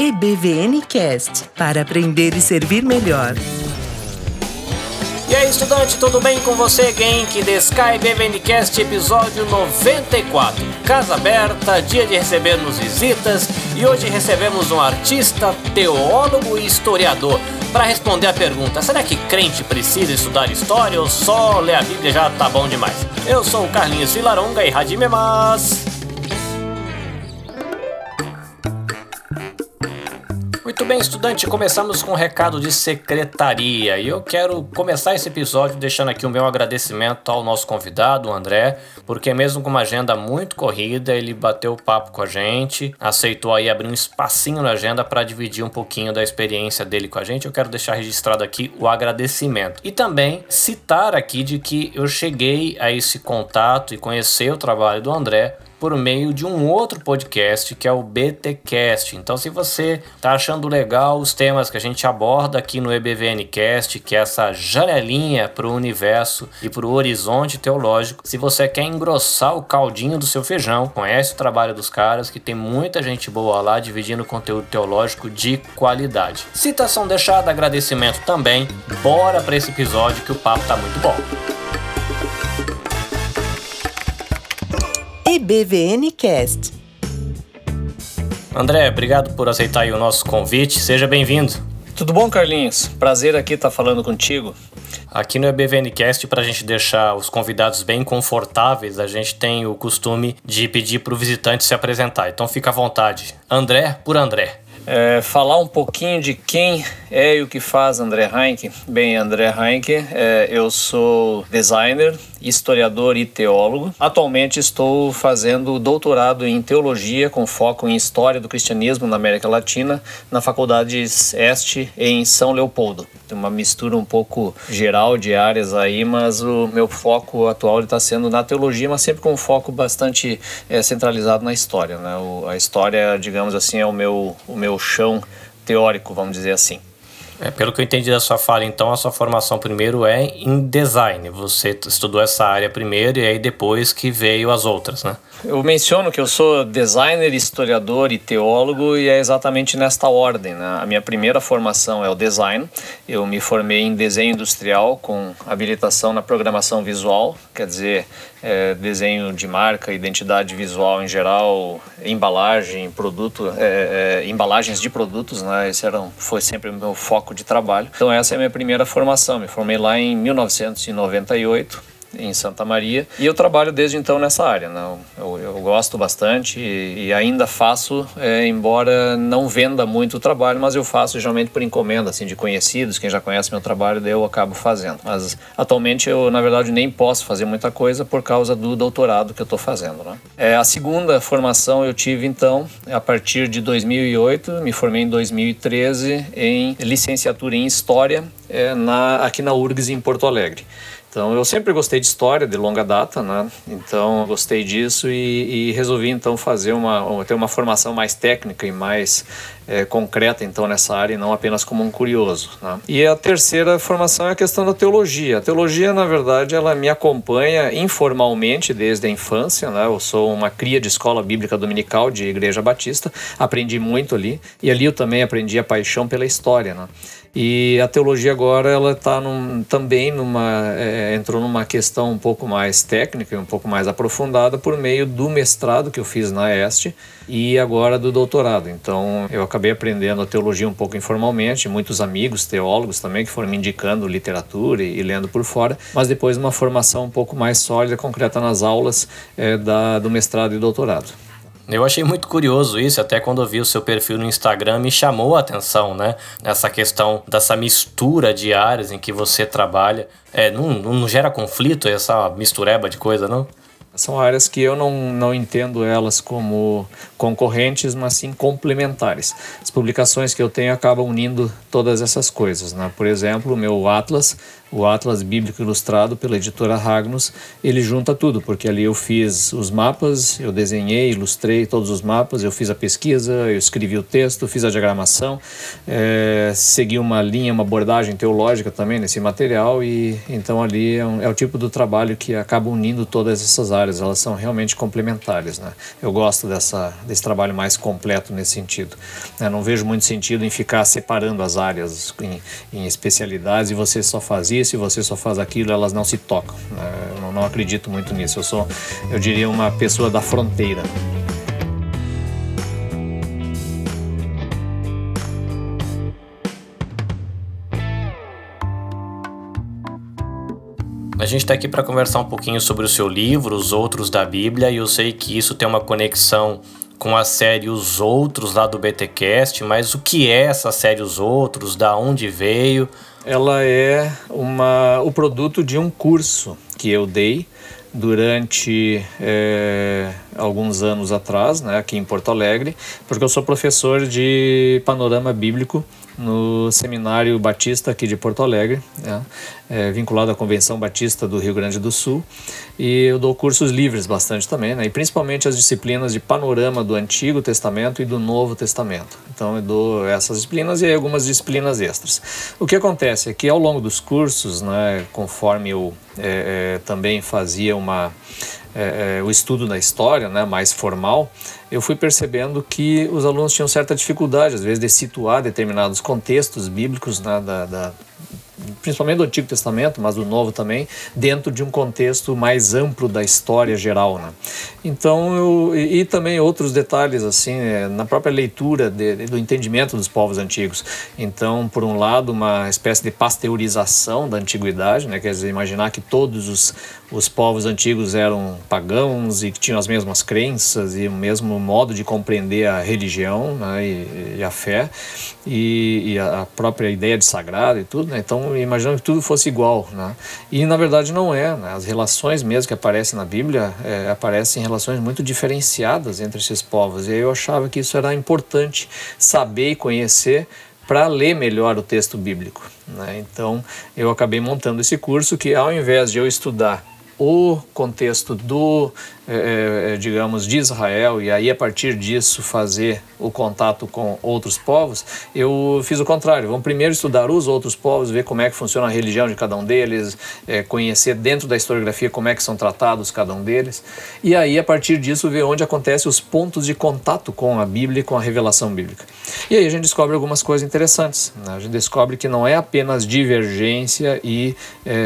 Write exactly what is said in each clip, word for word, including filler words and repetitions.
E B V N Cast, para aprender e servir melhor. E aí, estudante, tudo bem com você? Genki de Sky B V N Cast, episódio noventa e quatro. Casa aberta, dia de recebermos visitas, e hoje recebemos um artista, teólogo e historiador para responder a pergunta: será que crente precisa estudar história ou só ler a Bíblia já tá bom demais? Eu sou o Carlinhos Vilaronga e Hajime Mas. Muito bem, estudante, começamos com um recado de secretaria e eu quero começar esse episódio deixando aqui o meu agradecimento ao nosso convidado, o André, porque mesmo com uma agenda muito corrida, ele bateu o papo com a gente, aceitou aí abrir um espacinho na agenda para dividir um pouquinho da experiência dele com a gente. Eu quero deixar registrado aqui o agradecimento e também citar aqui de que eu cheguei a esse contato e conhecer o trabalho do André por meio de um outro podcast que é o B T Cast. Então, se você está achando legal os temas que a gente aborda aqui no E B V N Cast, que é essa janelinha para o universo e para o horizonte teológico, se você quer engrossar o caldinho do seu feijão, conhece o trabalho dos caras, que tem muita gente boa lá dividindo conteúdo teológico de qualidade. Citação deixada, agradecimento também. Bora para esse episódio que o papo tá muito bom. E B V N Cast. André, obrigado por aceitar aí o nosso convite. Seja bem-vindo. Tudo bom, Carlinhos? Prazer aqui estar falando contigo. Aqui no E B V N Cast, para a gente deixar os convidados bem confortáveis, a gente tem o costume de pedir para o visitante se apresentar. Então fica à vontade. André por André. É, falar um pouquinho de quem é e o que faz André Heinck. Bem, André Heinck, é, eu sou designer, historiador e teólogo. Atualmente estou fazendo doutorado em teologia com foco em história do cristianismo na América Latina na Faculdade Este em São Leopoldo. Tem uma mistura um pouco geral de áreas aí, mas o meu foco atual está sendo na teologia, mas sempre com um foco bastante é, centralizado na história, né? O, a história, digamos assim, é o meu, o meu chão teórico, vamos dizer assim. É, pelo que eu entendi da sua fala, então, a sua formação primeiro é em design. Você estudou essa área primeiro e aí depois que veio as outras, né? Eu menciono que eu sou designer, historiador e teólogo e é exatamente nesta ordem, né? A minha primeira formação é o design. Eu me formei em desenho industrial com habilitação na programação visual, quer dizer, é, desenho de marca, identidade visual em geral, embalagem, produto, é, é, embalagens de produtos, né? Esse era, foi sempre o meu foco de trabalho. Então essa é a minha primeira formação. Me formei lá em mil novecentos e noventa e oito. Em Santa Maria, e eu trabalho desde então nessa área, né? eu, eu gosto bastante e, e ainda faço, é, embora não venda muito o trabalho, mas eu faço geralmente por encomenda, assim, de conhecidos, quem já conhece meu trabalho, daí eu acabo fazendo, mas atualmente eu na verdade nem posso fazer muita coisa por causa do doutorado que eu estou fazendo, né? É, a segunda formação eu tive então a partir de dois mil e oito, me formei em dois mil e treze em licenciatura em História, é, na, aqui na U R G S em Porto Alegre. Então, eu sempre gostei de história, de longa data, né? Então, gostei disso e, e resolvi, então, fazer uma, ter uma formação mais técnica e mais é, concreta, então, nessa área e não apenas como um curioso, né? E a terceira formação é a questão da teologia. A teologia, na verdade, ela me acompanha informalmente desde a infância, né? Eu sou uma cria de escola bíblica dominical de Igreja Batista, aprendi muito ali e ali eu também aprendi a paixão pela história, né? E a teologia agora ela está num, também numa, é, entrou numa questão um pouco mais técnica e um pouco mais aprofundada por meio do mestrado que eu fiz na Este e agora do doutorado. Então eu acabei aprendendo a teologia um pouco informalmente, muitos amigos teólogos também que foram me indicando literatura e, e lendo por fora, mas depois uma formação um pouco mais sólida, concreta nas aulas é, da, do mestrado e doutorado. Eu achei muito curioso isso, até quando eu vi o seu perfil no Instagram me chamou a atenção, né? Essa questão dessa mistura de áreas em que você trabalha. É, não, não gera conflito essa mistureba de coisa, não? São áreas que eu não, não entendo elas como concorrentes, mas sim complementares. As publicações que eu tenho acabam unindo todas essas coisas, né? Por exemplo, o meu Atlas, o Atlas Bíblico Ilustrado pela editora Ragnos, ele junta tudo, porque ali eu fiz os mapas, eu desenhei, ilustrei todos os mapas, eu fiz a pesquisa, eu escrevi o texto, fiz a diagramação, é, segui uma linha, uma abordagem teológica também nesse material e então ali é, um, é o tipo do trabalho que acaba unindo todas essas áreas secundárias, elas são realmente complementares, né? Eu gosto dessa, desse trabalho mais completo nesse sentido. Eu não vejo muito sentido em ficar separando as áreas em, em especialidades e você só faz isso e você só faz aquilo, elas não se tocam, né? Eu não, não acredito muito nisso. Eu sou, eu diria, uma pessoa da fronteira. A gente está aqui para conversar um pouquinho sobre o seu livro, Os Outros da Bíblia, e eu sei que isso tem uma conexão com a série Os Outros lá do BTcast, mas o que é essa série Os Outros? Da onde veio? Ela é uma, o produto de um curso que eu dei durante é, alguns anos atrás, né, aqui em Porto Alegre, porque eu sou professor de panorama bíblico no Seminário Batista aqui de Porto Alegre, né, é, vinculado à Convenção Batista do Rio Grande do Sul, e eu dou cursos livres bastante também, né, e principalmente as disciplinas de panorama do Antigo Testamento e do Novo Testamento. Então eu dou essas disciplinas e algumas disciplinas extras. O que acontece é que ao longo dos cursos, né, conforme eu é, é, também fazia uma É, é, o estudo da história, né, mais formal, eu fui percebendo que os alunos tinham certa dificuldade, às vezes, de situar determinados contextos bíblicos, né, da, da, principalmente do Antigo Testamento, mas do Novo também, dentro de um contexto mais amplo da história geral, né? Então, eu, e, e também outros detalhes, assim, na própria leitura de, de, do entendimento dos povos antigos. Então, por um lado, uma espécie de pasteurização da antiguidade, né? Quer dizer, imaginar que todos os, os povos antigos eram pagãos e que tinham as mesmas crenças e o mesmo modo de compreender a religião, né? e, e a fé e, e a própria ideia de sagrado e tudo, né? Então, imaginando que tudo fosse igual, né? E na verdade não é, né? As relações mesmo que aparecem na Bíblia é, aparecem relações muito diferenciadas entre esses povos, e aí eu achava que isso era importante saber e conhecer para ler melhor o texto bíblico, né? Então eu acabei montando esse curso que, ao invés de eu estudar o contexto do, é, digamos, de Israel e aí a partir disso fazer o contato com outros povos, eu fiz o contrário. Vamos primeiro estudar os outros povos, ver como é que funciona a religião de cada um deles, é, conhecer dentro da historiografia como é que são tratados cada um deles, e aí a partir disso ver onde acontecem os pontos de contato com a Bíblia e com a revelação bíblica. E aí a gente descobre algumas coisas interessantes, né? A gente descobre que não é apenas divergência e,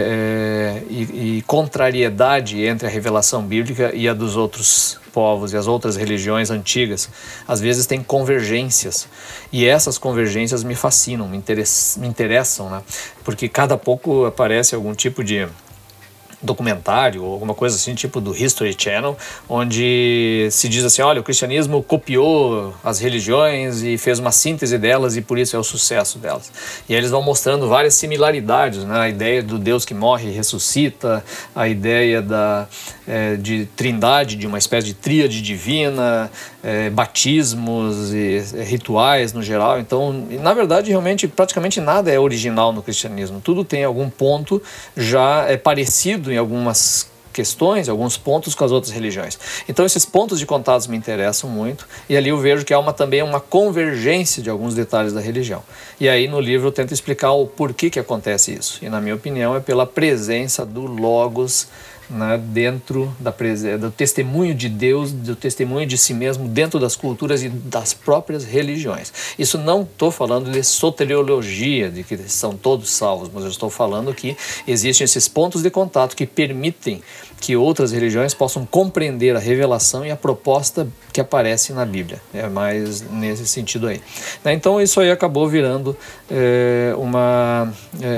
é, e, e contrariedade entre a revelação bíblica e a dos outros povos e as outras religiões antigas. Às vezes tem convergências, e essas convergências me fascinam, me, interess, me interessam, né? Porque cada pouco aparece algum tipo de documentário ou alguma coisa assim, tipo do History Channel, onde se diz assim, olha, o cristianismo copiou as religiões e fez uma síntese delas e por isso é o sucesso delas. E aí eles vão mostrando várias similaridades, né? A ideia do Deus que morre e ressuscita, a ideia da, é, de trindade, de uma espécie de tríade divina, é, batismos e é, rituais no geral. Então, na verdade, realmente, praticamente nada é original no cristianismo. Tudo tem algum ponto já é parecido em algumas questões, alguns pontos com as outras religiões. Então esses pontos de contatos me interessam muito, e ali eu vejo que há uma, também uma convergência de alguns detalhes da religião. E aí no livro eu tento explicar o porquê que acontece isso. E na minha opinião é pela presença do Logos, né, dentro da prese- do testemunho de Deus, do testemunho de si mesmo dentro das culturas e das próprias religiões. Isso não estou falando de soteriologia, de que são todos salvos, mas eu estou falando que existem esses pontos de contato que permitem que outras religiões possam compreender a revelação e a proposta que aparece na Bíblia. É mais nesse sentido aí. Então isso aí acabou virando é, uma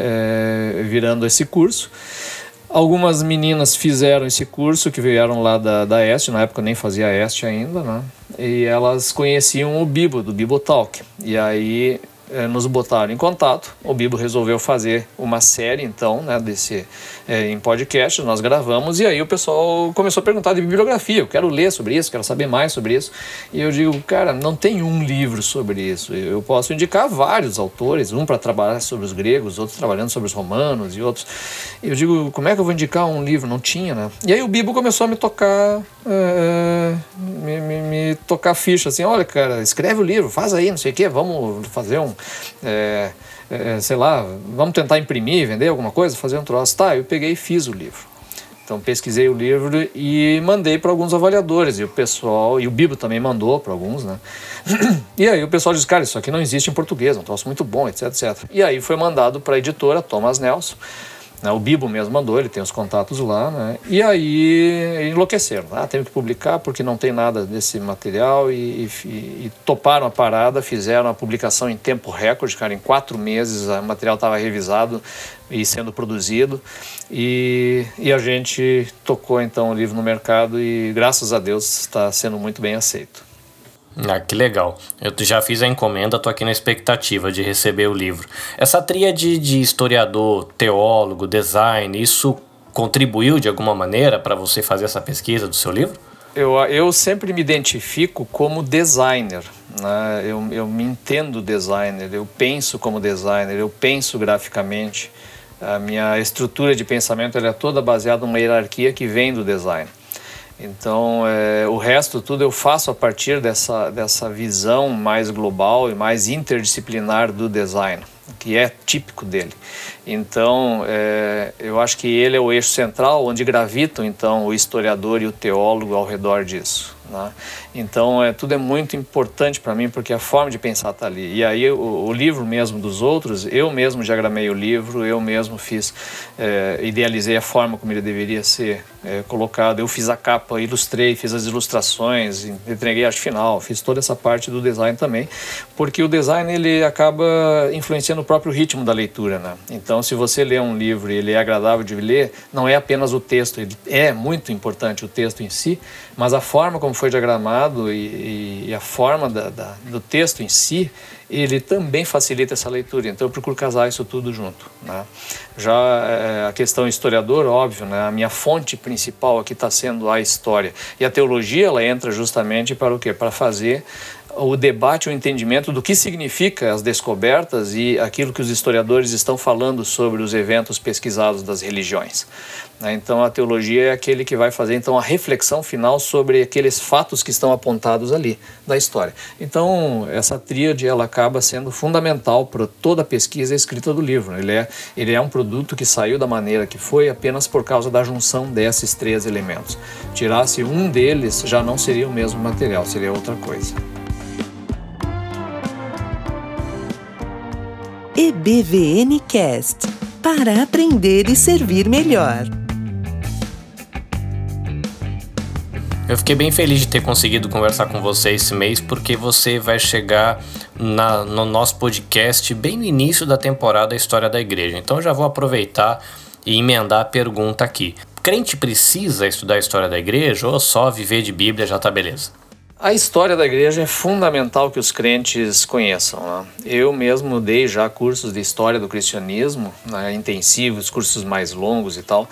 é, virando esse curso. Algumas meninas fizeram esse curso, que vieram lá da, da Este, na época eu nem fazia a Este ainda, né? E elas conheciam o Bibo, do Bibotalk. E aí eh, nos botaram em contato. O Bibo resolveu fazer uma série, então, né, desse, eh, em podcast, nós gravamos, e aí o pessoal começou a perguntar de bibliografia. Eu quero ler sobre isso, quero saber mais sobre isso. E eu digo, cara, não tem um livro sobre isso. Eu posso indicar vários autores, um para trabalhar sobre os gregos, outros trabalhando sobre os romanos e outros. Eu digo, como é que eu vou indicar um livro? Não tinha, né? E aí o Bibo começou a me tocar, é, me, me, me tocar ficha, assim, olha, cara, escreve o livro, faz aí, não sei o quê, vamos fazer um, é, é, sei lá, vamos tentar imprimir, vender alguma coisa, fazer um troço. Tá, eu peguei e fiz o livro. Então pesquisei o livro e mandei para alguns avaliadores, e o pessoal, e o Bibo também mandou para alguns, né? E aí o pessoal disse, cara, isso aqui não existe em português, é um troço muito bom, etc, etcétera. E aí foi mandado para a editora Thomas Nelson, né? O Bibo mesmo mandou, ele tem os contatos lá, né? E aí enlouqueceram, ah, temos que publicar porque não tem nada desse material, e, e, e toparam a parada, fizeram a publicação em tempo recorde, cara, em quatro meses o material estava revisado e sendo produzido, e, e a gente tocou então o livro no mercado e graças a Deus está sendo muito bem aceito. Ah, que legal. Eu já fiz a encomenda, tô aqui na expectativa de receber o livro. Essa tríade de historiador, teólogo, design, isso contribuiu de alguma maneira para você fazer essa pesquisa do seu livro? Eu, eu sempre me identifico como designer, né? eu, eu me entendo designer, eu penso como designer, eu penso graficamente. A minha estrutura de pensamento ela é toda baseada numa hierarquia que vem do design. Então, é, o resto tudo eu faço a partir dessa, dessa visão mais global e mais interdisciplinar do design, que é típico dele. Então, é, eu acho que ele é o eixo central onde gravitam, então, o historiador e o teólogo ao redor disso, né? Então, é, tudo é muito importante para mim, porque a forma de pensar está ali. E aí, o, o livro mesmo dos outros, eu mesmo diagramei o livro, eu mesmo fiz, é, idealizei a forma como ele deveria ser é, colocado. Eu fiz a capa, ilustrei, fiz as ilustrações, entreguei a arte final, fiz toda essa parte do design também, porque o design, ele acaba influenciando o próprio ritmo da leitura, né? Então, se você lê um livro e ele é agradável de ler, não é apenas o texto, ele é muito importante o texto em si, mas a forma como foi diagramado e, e a forma da, da, do texto em si, ele também facilita essa leitura. Então eu procuro casar isso tudo junto, né? Já é, a questão historiador, óbvio, né? A minha fonte principal aqui está sendo a história. E a teologia, ela entra justamente para o quê? Para fazer o debate, o entendimento do que significa as descobertas e aquilo que os historiadores estão falando sobre os eventos pesquisados das religiões. Então a teologia é aquele que vai fazer então a reflexão final sobre aqueles fatos que estão apontados ali da história. Então essa tríade ela acaba sendo fundamental para toda a pesquisa e escrita do livro. Ele é, ele é um produto que saiu da maneira que foi apenas por causa da junção desses três elementos. Tirasse um deles, já não seria o mesmo material, seria outra coisa. E B V N Cast, para aprender e servir melhor. Eu fiquei bem feliz de ter conseguido conversar com você esse mês, porque você vai chegar na, no nosso podcast bem no início da temporada História da Igreja. Então eu já vou aproveitar e emendar a pergunta aqui. Crente precisa estudar a história da igreja ou só viver de Bíblia já tá beleza? A história da igreja é fundamental que os crentes conheçam, né? Eu mesmo dei já cursos de história do cristianismo, né, intensivos, cursos mais longos e tal,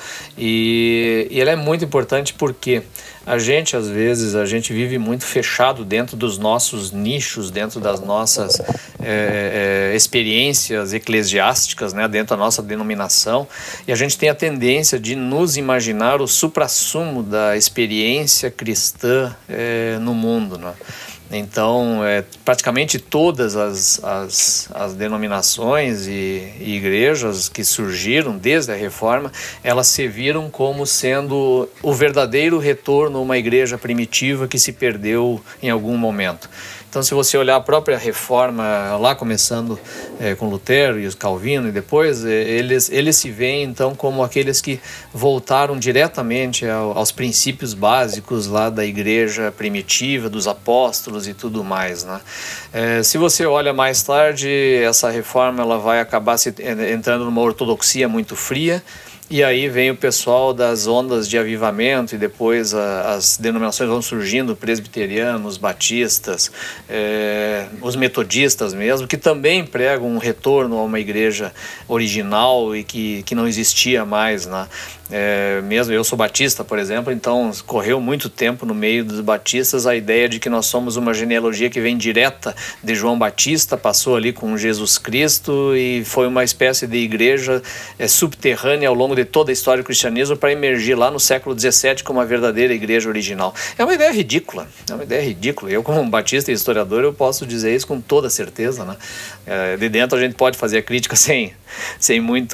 e, e ela é muito importante porque a gente, às vezes, a gente vive muito fechado dentro dos nossos nichos, dentro das nossas é, é, experiências eclesiásticas, né, dentro da nossa denominação, e a gente tem a tendência de nos imaginar o suprassumo da experiência cristã é, no mundo, né? Então, é, praticamente todas as, as, as denominações e, e igrejas que surgiram desde a Reforma, elas se viram como sendo o verdadeiro retorno a uma igreja primitiva que se perdeu em algum momento. Então, se você olhar a própria Reforma, lá começando é, com Lutero e os Calvino, e depois, é, eles, eles se veem, então, como aqueles que voltaram diretamente ao, aos princípios básicos lá da igreja primitiva, dos apóstolos e tudo mais, né? É, se você olha mais tarde, essa Reforma ela vai acabar se, entrando numa ortodoxia muito fria, e aí vem o pessoal das ondas de avivamento e depois a, as denominações vão surgindo, presbiterianos, batistas, é, os metodistas mesmo, que também pregam um retorno a uma igreja original e que, que não existia mais, né? É, mesmo eu sou batista, por exemplo, então correu muito tempo no meio dos batistas a ideia de que nós somos uma genealogia que vem direta de João Batista, passou ali com Jesus Cristo e foi uma espécie de igreja é, subterrânea ao longo de toda a história do cristianismo para emergir lá no século dezessete como uma verdadeira igreja original. É uma ideia ridícula, é uma ideia ridícula. Eu, como um batista e historiador, eu posso dizer isso com toda certeza, né? É, de dentro a gente pode fazer a crítica sem, sem muito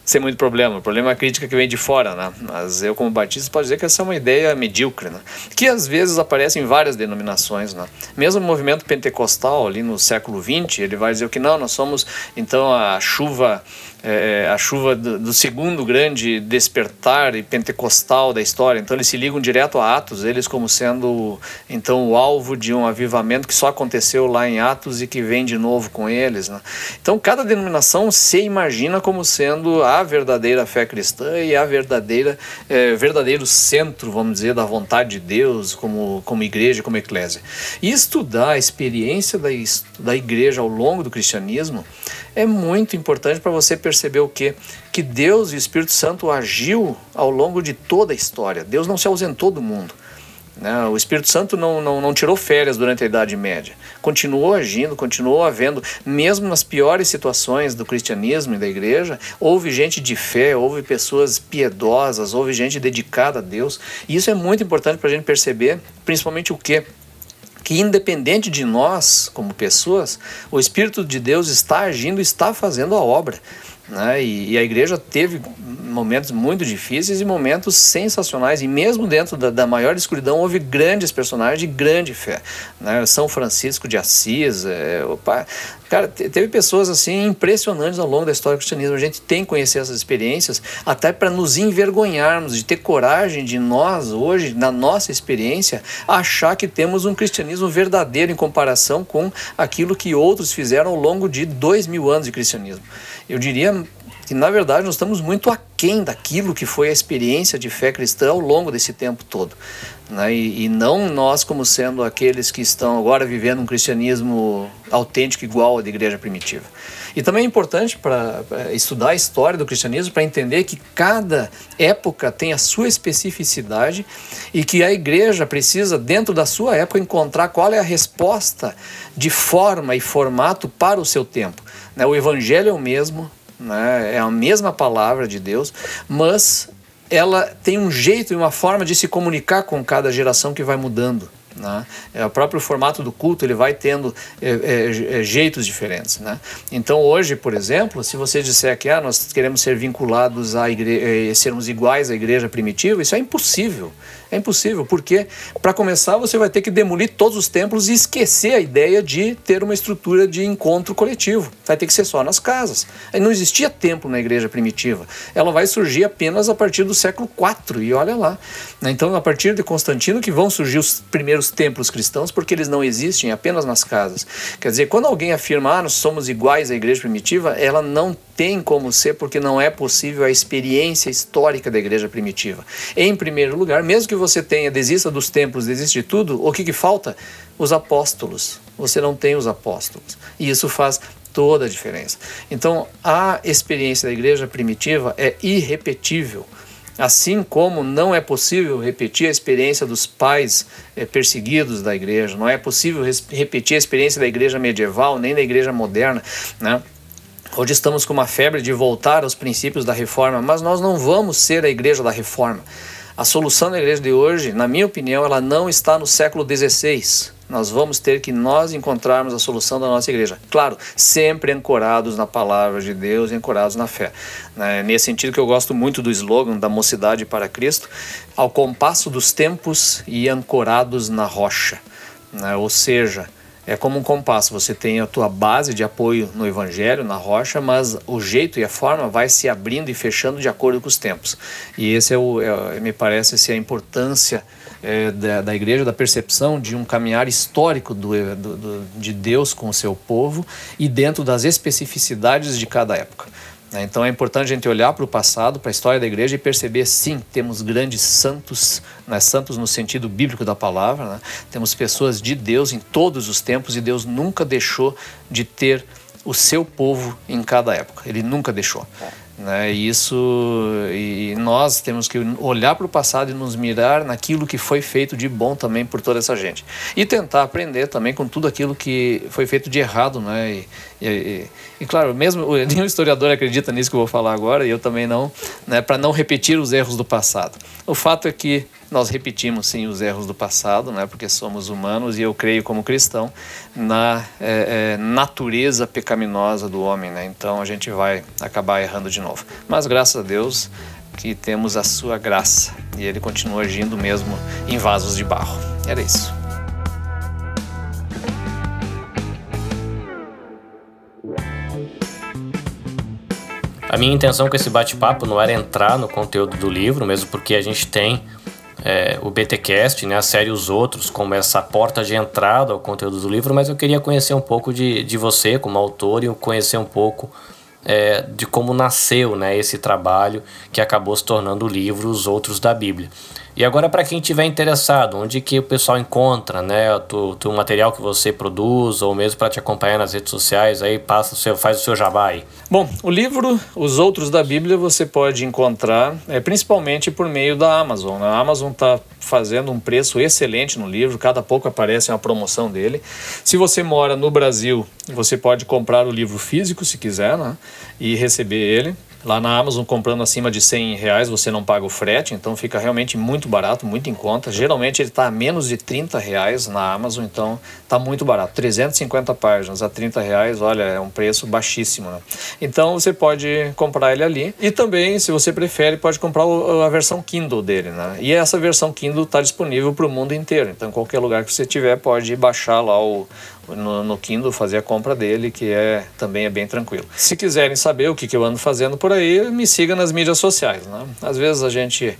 sem muito problema. O problema é a crítica que vem de fora, né? Mas eu, como batista, posso dizer que essa é uma ideia medíocre, né? Que às vezes aparece em várias denominações, né? Mesmo o movimento pentecostal, ali no século vinte, ele vai dizer que não, nós somos, então, a chuva... É, a chuva do, do segundo grande despertar e pentecostal da história. Então eles se ligam direto a Atos, eles como sendo então o alvo de um avivamento que só aconteceu lá em Atos e que vem de novo com eles, né? Então cada denominação se imagina como sendo a verdadeira fé cristã e a verdadeira é, verdadeiro centro, vamos dizer, da vontade de Deus como, como igreja, como eclésia. E estudar a experiência da, da igreja ao longo do cristianismo é muito importante para você perceber o quê? Que Deus e o Espírito Santo agiu ao longo de toda a história. Deus não se ausentou do mundo, né? O Espírito Santo não, não, não tirou férias durante a Idade Média. Continuou agindo, continuou havendo, mesmo nas piores situações do cristianismo e da igreja, houve gente de fé, houve pessoas piedosas, houve gente dedicada a Deus. E isso é muito importante para a gente perceber, principalmente o quê? Que independente de nós, como pessoas, o Espírito de Deus está agindo, está fazendo a obra, né? E, e a igreja teve momentos muito difíceis e momentos sensacionais, e mesmo dentro da, da maior escuridão houve grandes personagens de grande fé, né? São Francisco de Assis, é, opa, cara, teve pessoas assim impressionantes ao longo da história do cristianismo. A gente tem que conhecer essas experiências até para nos envergonharmos, de ter coragem de nós hoje, na nossa experiência, achar que temos um cristianismo verdadeiro em comparação com aquilo que outros fizeram ao longo de dois mil anos de cristianismo. Eu diria que, na verdade, nós estamos muito aquém daquilo que foi a experiência de fé cristã ao longo desse tempo todo, né? E, e não nós como sendo aqueles que estão agora vivendo um cristianismo autêntico igual ao da igreja primitiva. E também é importante para estudar a história do cristianismo para entender que cada época tem a sua especificidade e que a igreja precisa, dentro da sua época, encontrar qual é a resposta de forma e formato para o seu tempo, né? O evangelho é o mesmo, né? É a mesma palavra de Deus, mas ela tem um jeito e uma forma de se comunicar com cada geração que vai mudando, né? É, o próprio formato do culto ele vai tendo é, é, é, jeitos diferentes, né? Então hoje, por exemplo, se você disser que ah, nós queremos ser vinculados à igreja, sermos iguais à igreja primitiva, isso é impossível. É impossível, porque para começar você vai ter que demolir todos os templos e esquecer a ideia de ter uma estrutura de encontro coletivo. Vai ter que ser só nas casas. Aí não existia templo na igreja primitiva. Ela vai surgir apenas a partir do século quatro, e olha lá. Então, a partir de Constantino que vão surgir os primeiros templos cristãos, porque eles não existem apenas nas casas. Quer dizer, quando alguém afirma, ah, nós somos iguais à igreja primitiva, ela não tem como ser, porque não é possível a experiência histórica da igreja primitiva. Em primeiro lugar, mesmo que você tenha, desista dos templos, desiste de tudo, o que que falta? Os apóstolos. Você não tem os apóstolos. E isso faz toda a diferença. Então, a experiência da igreja primitiva é irrepetível. Assim como não é possível repetir a experiência dos pais é, perseguidos da igreja, não é possível repetir a experiência da igreja medieval, nem da igreja moderna, né? Hoje estamos com uma febre de voltar aos princípios da reforma, mas nós não vamos ser a igreja da reforma. A solução da igreja de hoje, na minha opinião, ela não está no século dezesseis. Nós vamos ter que nós encontrarmos a solução da nossa igreja. Claro, sempre ancorados na palavra de Deus, ancorados na fé. É nesse sentido que eu gosto muito do slogan da Mocidade para Cristo, ao compasso dos tempos e ancorados na rocha. Né? Ou seja, é como um compasso, você tem a tua base de apoio no evangelho, na rocha, mas o jeito e a forma vai se abrindo e fechando de acordo com os tempos. E esse é o, é, me parece ser a importância é, da, da igreja, da percepção de um caminhar histórico do, do, do, de Deus com o seu povo e dentro das especificidades de cada época. Então é importante a gente olhar para o passado, para a história da igreja e perceber, sim, temos grandes santos, né? Santos no sentido bíblico da palavra, né? Temos pessoas de Deus em todos os tempos e Deus nunca deixou de ter o seu povo em cada época, Ele nunca deixou. Né? E isso, e nós temos que olhar para o passado e nos mirar naquilo que foi feito de bom também por toda essa gente e tentar aprender também com tudo aquilo que foi feito de errado, né? E, e, e, e claro, mesmo nenhum historiador acredita nisso que eu vou falar agora, e eu também não, né? Para não repetir os erros do passado. O fato é que nós repetimos sim os erros do passado, né? Porque somos humanos e eu creio como cristão na é, é, natureza pecaminosa do homem, né? Então a gente vai acabar errando de novo. Mas graças a Deus que temos a sua graça e Ele continua agindo mesmo em vasos de barro. Era isso. A minha intenção com esse bate-papo não era entrar no conteúdo do livro, mesmo porque a gente tem é, o BTcast, né, a série Os Outros, como essa porta de entrada ao conteúdo do livro, mas eu queria conhecer um pouco de, de você como autor e conhecer um pouco é, de como nasceu, né, esse trabalho que acabou se tornando o livro Os Outros da Bíblia. E agora, para quem estiver interessado, onde que o pessoal encontra, né, o teu material que você produz, ou mesmo para te acompanhar nas redes sociais, aí passa o seu, faz o seu jabá aí. Bom, o livro Os Outros da Bíblia você pode encontrar é, principalmente por meio da Amazon. A Amazon está fazendo um preço excelente no livro, cada pouco aparece uma promoção dele. Se você mora no Brasil, você pode comprar o livro físico se quiser, né, e receber ele. Lá na Amazon, comprando acima de cem reais, você não paga o frete, então fica realmente muito barato, muito em conta. Geralmente ele está a menos de trinta reais na Amazon, então está muito barato. trezentas e cinquenta páginas a trinta reais, olha, é um preço baixíssimo, né? Então você pode comprar ele ali. E também, se você prefere, pode comprar a versão Kindle dele, né? E essa versão Kindle está disponível para o mundo inteiro. Então, qualquer lugar que você tiver, pode baixar lá o... No, no Kindle, fazer a compra dele, que é, também é bem tranquilo. Se quiserem saber o que, que eu ando fazendo por aí, me siga nas mídias sociais, né? Às vezes a gente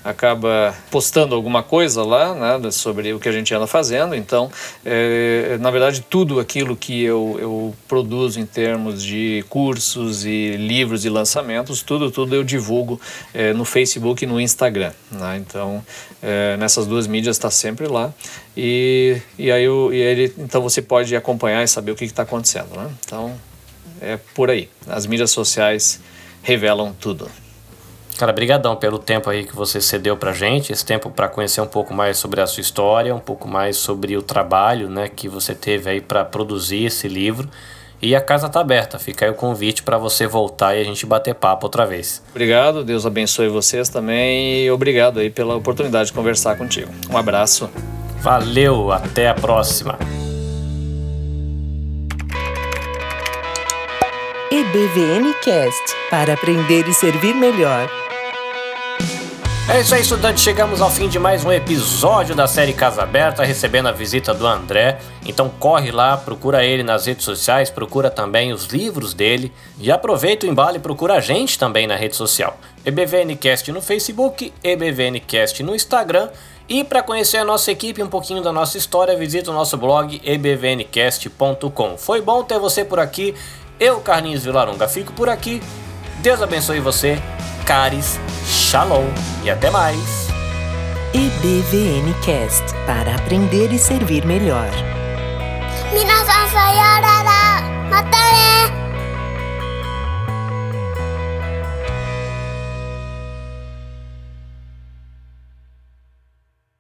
acaba postando alguma coisa lá, né, sobre o que a gente anda fazendo, então, é, na verdade, tudo aquilo que eu, eu produzo em termos de cursos e livros e lançamentos, tudo, tudo eu divulgo é, no Facebook e no Instagram, né? Então, é, nessas duas mídias está sempre lá, e, e aí eu, e ele, então você pode acompanhar e saber o que está acontecendo, né? Então, é por aí. As mídias sociais revelam tudo. Cara, brigadão pelo tempo aí que você cedeu pra gente, esse tempo para conhecer um pouco mais sobre a sua história, um pouco mais sobre o trabalho, né, que você teve aí para produzir esse livro. E a casa tá aberta, fica aí o convite para você voltar e a gente bater papo outra vez. Obrigado, Deus abençoe vocês também e obrigado aí pela oportunidade de conversar contigo. Um abraço. Valeu, até a próxima. E B V N Cast, para aprender e servir melhor. É isso aí, estudante, chegamos ao fim de mais um episódio da série Casa Aberta, recebendo a visita do André. Então corre lá, procura ele nas redes sociais, procura também os livros dele e aproveita o embalo e procura a gente também na rede social. E B V N Cast no Facebook, E B V N Cast no Instagram. E para conhecer a nossa equipe e um pouquinho da nossa história, visita o nosso blog e b v n cast ponto com. Foi bom ter você por aqui. Eu, Carlinhos Vilaronga, fico por aqui. Deus abençoe você. Caris, Shalom e até mais. E B V N Cast, para aprender e servir melhor.